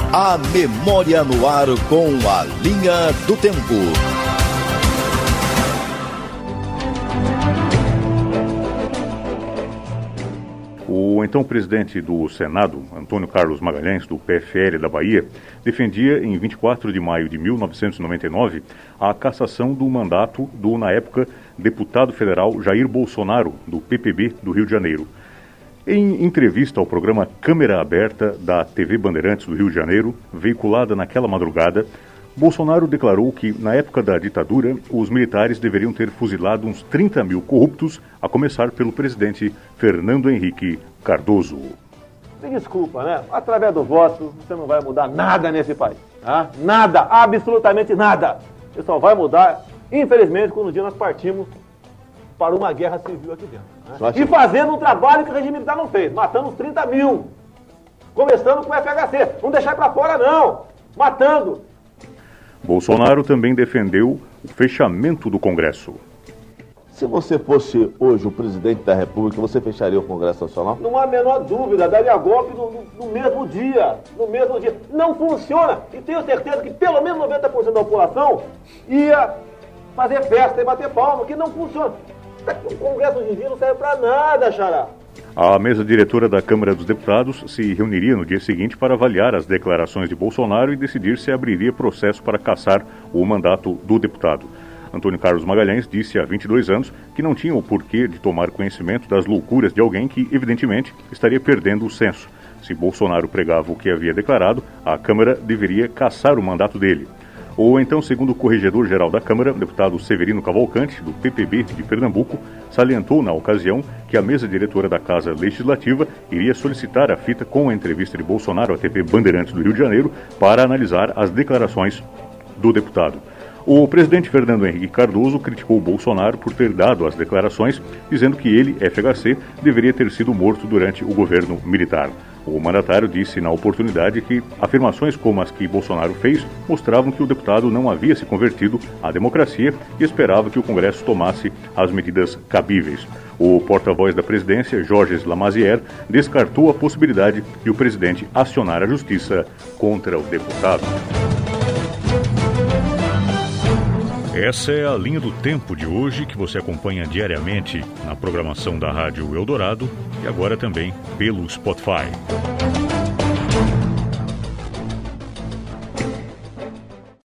A memória no ar com a linha do tempo. O então presidente do Senado, Antônio Carlos Magalhães, do PFL da Bahia, defendia em 24 de maio de 1999 a cassação do mandato do, na época, deputado federal Jair Bolsonaro, do PPB do Rio de Janeiro. Em entrevista ao programa Câmera Aberta da TV Bandeirantes do Rio de Janeiro, veiculada naquela madrugada, Bolsonaro declarou que, na época da ditadura, os militares deveriam ter fuzilado uns 30 mil corruptos, a começar pelo presidente Fernando Henrique Cardoso. Me desculpa, né? Através do voto, você não vai mudar nada nesse país. Tá? Nada, absolutamente nada. Você só vai mudar, infelizmente, quando um dia nós partimos para uma guerra civil aqui dentro. Né? E fazendo um trabalho que o regime militar não fez, matando uns 30 mil. Começando com o FHC. Não deixar para fora, não. Matando. Bolsonaro também defendeu o fechamento do Congresso. Se você fosse hoje o presidente da República, você fecharia o Congresso Nacional? Não há a menor dúvida, daria golpe no mesmo dia. No mesmo dia. Não funciona. E tenho certeza que pelo menos 90% da população ia fazer festa e bater palma, que não funciona. O Congresso hoje em dia não serve para nada, xará. A mesa diretora da Câmara dos Deputados se reuniria no dia seguinte para avaliar as declarações de Bolsonaro e decidir se abriria processo para cassar o mandato do deputado. Antônio Carlos Magalhães disse há 22 anos que não tinha o porquê de tomar conhecimento das loucuras de alguém que, evidentemente, estaria perdendo o senso. Se Bolsonaro pregava o que havia declarado, a Câmara deveria cassar o mandato dele. Ou então, segundo o corregedor-geral da Câmara, deputado Severino Cavalcante, do PPB de Pernambuco, salientou na ocasião que a mesa diretora da Casa Legislativa iria solicitar a fita com a entrevista de Bolsonaro à TV Bandeirantes do Rio de Janeiro para analisar as declarações do deputado. O presidente Fernando Henrique Cardoso criticou Bolsonaro por ter dado as declarações, dizendo que ele, FHC, deveria ter sido morto durante o governo militar. O mandatário disse na oportunidade que afirmações como as que Bolsonaro fez mostravam que o deputado não havia se convertido à democracia e esperava que o Congresso tomasse as medidas cabíveis. O porta-voz da presidência, Jorge Lamazière, descartou a possibilidade de o presidente acionar a justiça contra o deputado. Essa é a linha do tempo de hoje que você acompanha diariamente na programação da Rádio Eldorado e agora também pelo Spotify.